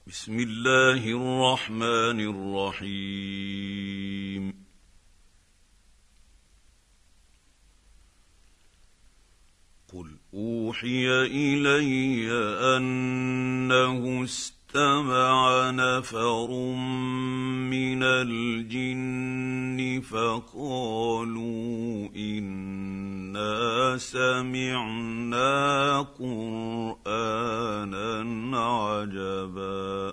بسم الله الرحمن الرحيم. قل أوحي إلي أنه استمع نفر من الجن فقالوا إنا سمعنا قرآنا عجبا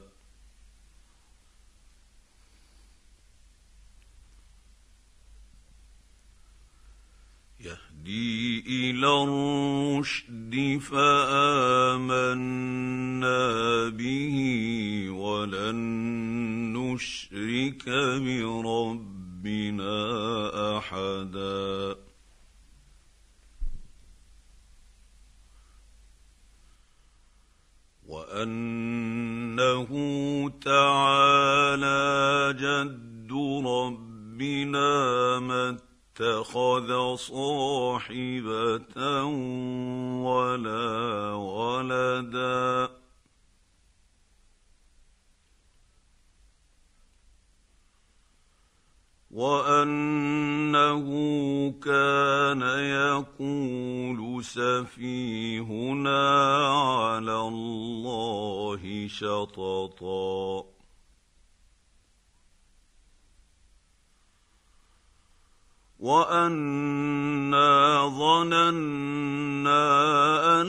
يهدي إلى الرشد فآمنا به ولن نشرك بربنا أحدا وأنه تعالى جد ربنا ما اتخذ صاحبة ولا ولدا وأنه كان يقول سفيهنا على الله شططا وأنا ظننا أن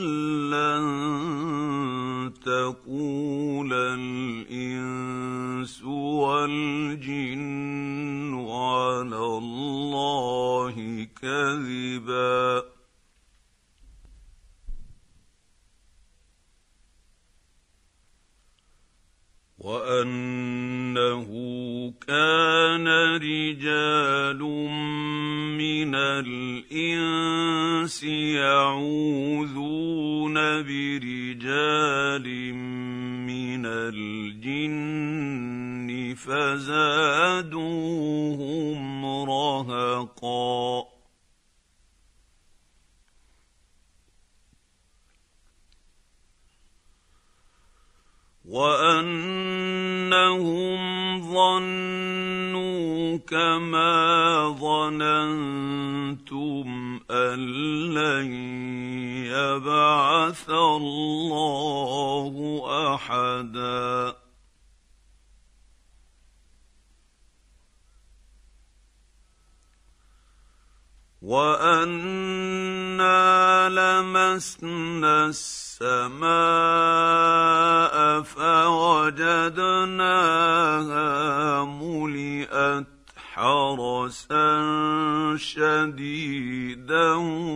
لن تقول الإنس والجن على الله كذبا وأنه كان رجال من الإنس يعوذون برجال من الجن فزادوهم رهقا وأنهم ظنوا كما ظننتم أن لن يبعث الله أحدا وأنا لمسنا السماء فوجدناها ملئت حرسا شديدا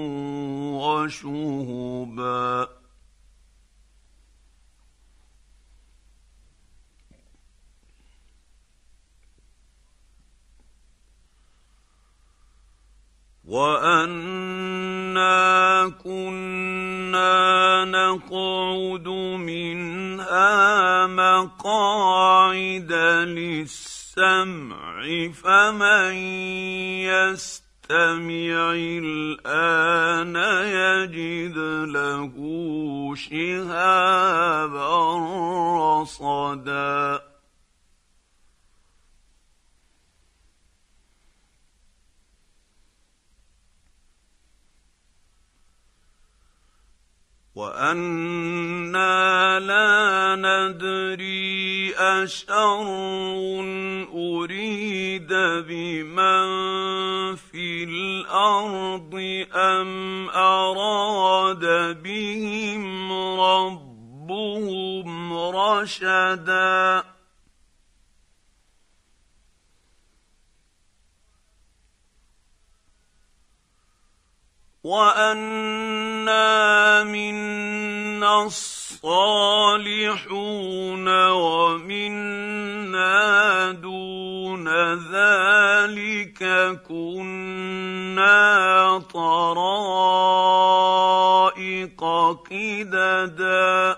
وشهبا وأنا كنا نقعد منها مقاعد للسمع فمن يستمع الآن يجد له شهابا رصدا وأنا لا ندري أشر أريد بمن في الأرض أم أراد بهم ربهم رشدا وأنا منا الصالحون ومنا دون ذلك كنا طرائق قددا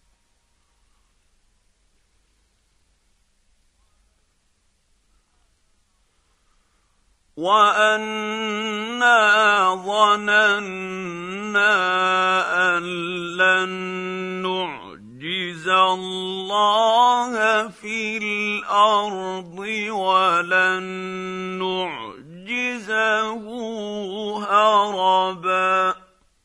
وأنا ظننا أن لن نعجز الله في الارض ولن نعجزه هربا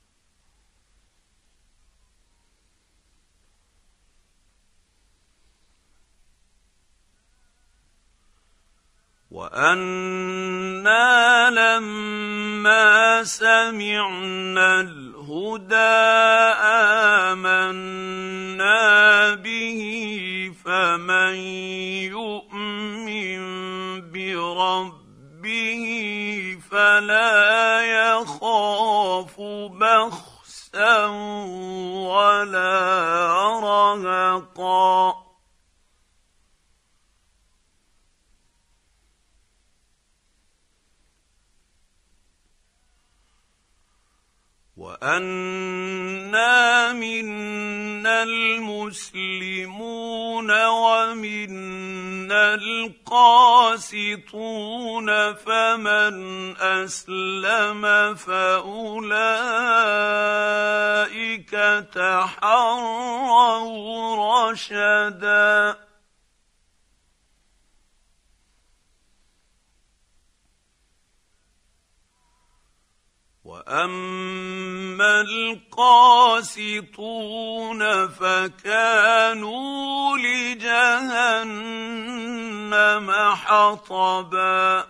وأنا لما سمعنا الهدى آمنا به فمن يؤمن بربه فلا يخاف بخسا ولا رهقا وأنا منا المسلمون ومنا القاسطون فمن أسلم فأولئك تحروا رشدا وأما القاسطون فكانوا لجهنم حطبا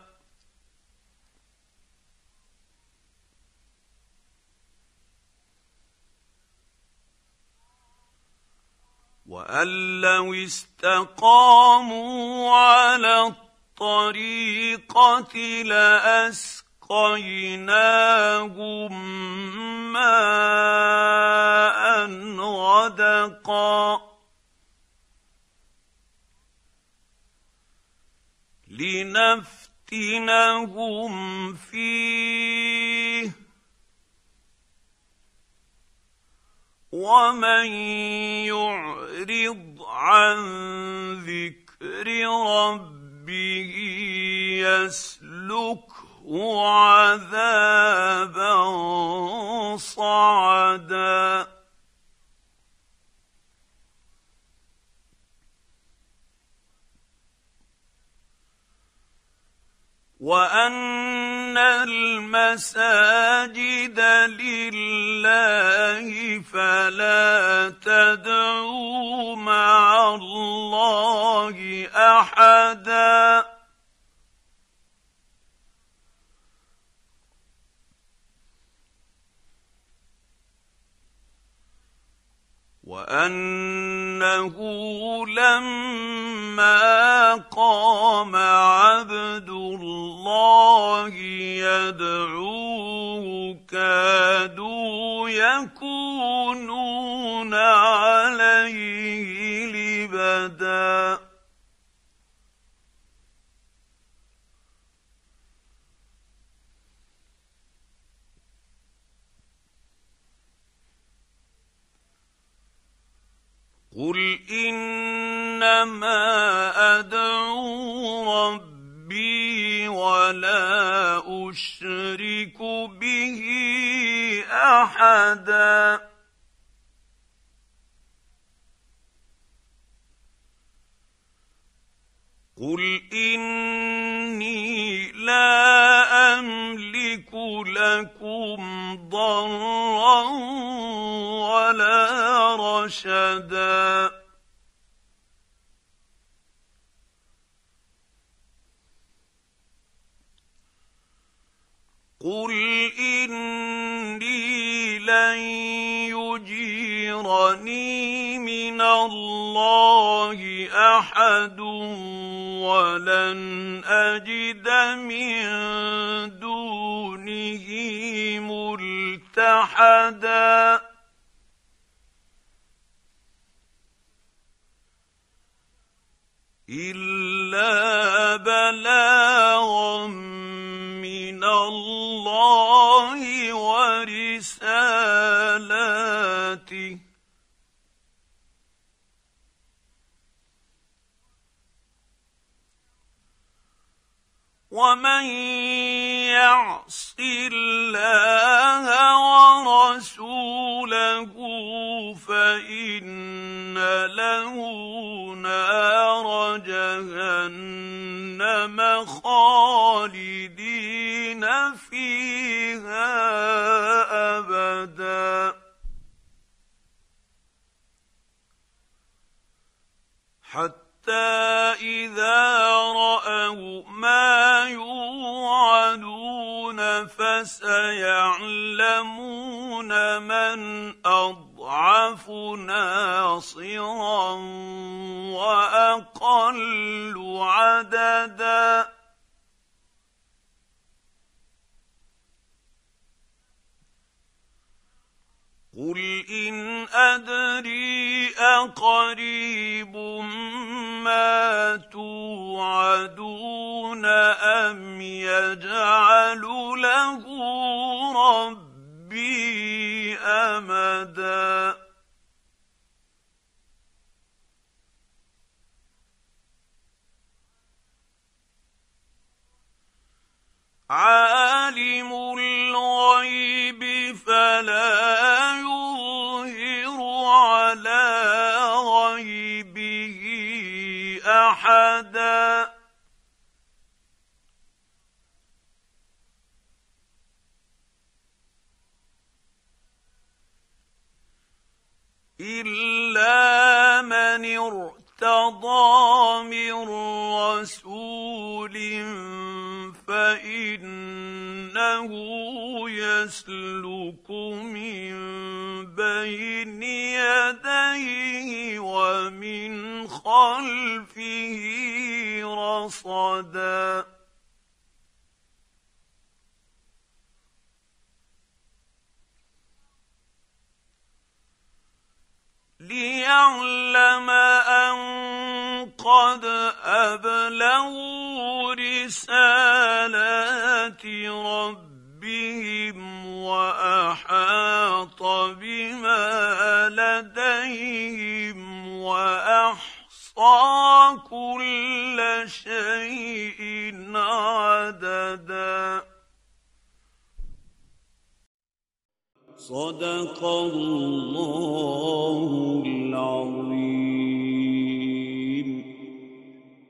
وأن لو استقاموا على الطريقة لأسقيناهم ماء غدقا لنفتنهم فيه ومن يعرض عن ذكر ربه يسلكه عذابا صعدا وأن المساجد لله فلا تدعوا مع الله أحدا وأنه لما قام عبد الله يدعوه كادوا يكونون عليه لبدا قل إنما أدعو ربي ولا أشرك به أحدا قل إني لا أملك لكم ضرا ولا رشدا قل إني لن يجيرني من الله أحد ولن أجد من دونه ملتحدا إلا بلاغا من الله ورسالاته ومن يعص الله ورسوله فإن له نار جهنم خالدين فيها أبدا حتى إذا رأوا ما يوعدون فسيعلمون من أضعف ناصرا وأقل عددا قل إن أدري أقريب ما توعدون أم يجعل له ربي أمدا عالم الغيب فلا يظهر على غيبه أحدا إلا من ارتضى من رسول فإنه يسلك من بين يديه ومن خلفه رصدا ليعلم أن قد أبلغوا رسالات ربهم وأحاط بما لديهم وأحصى كل شيء عددا صدق الله العظيم.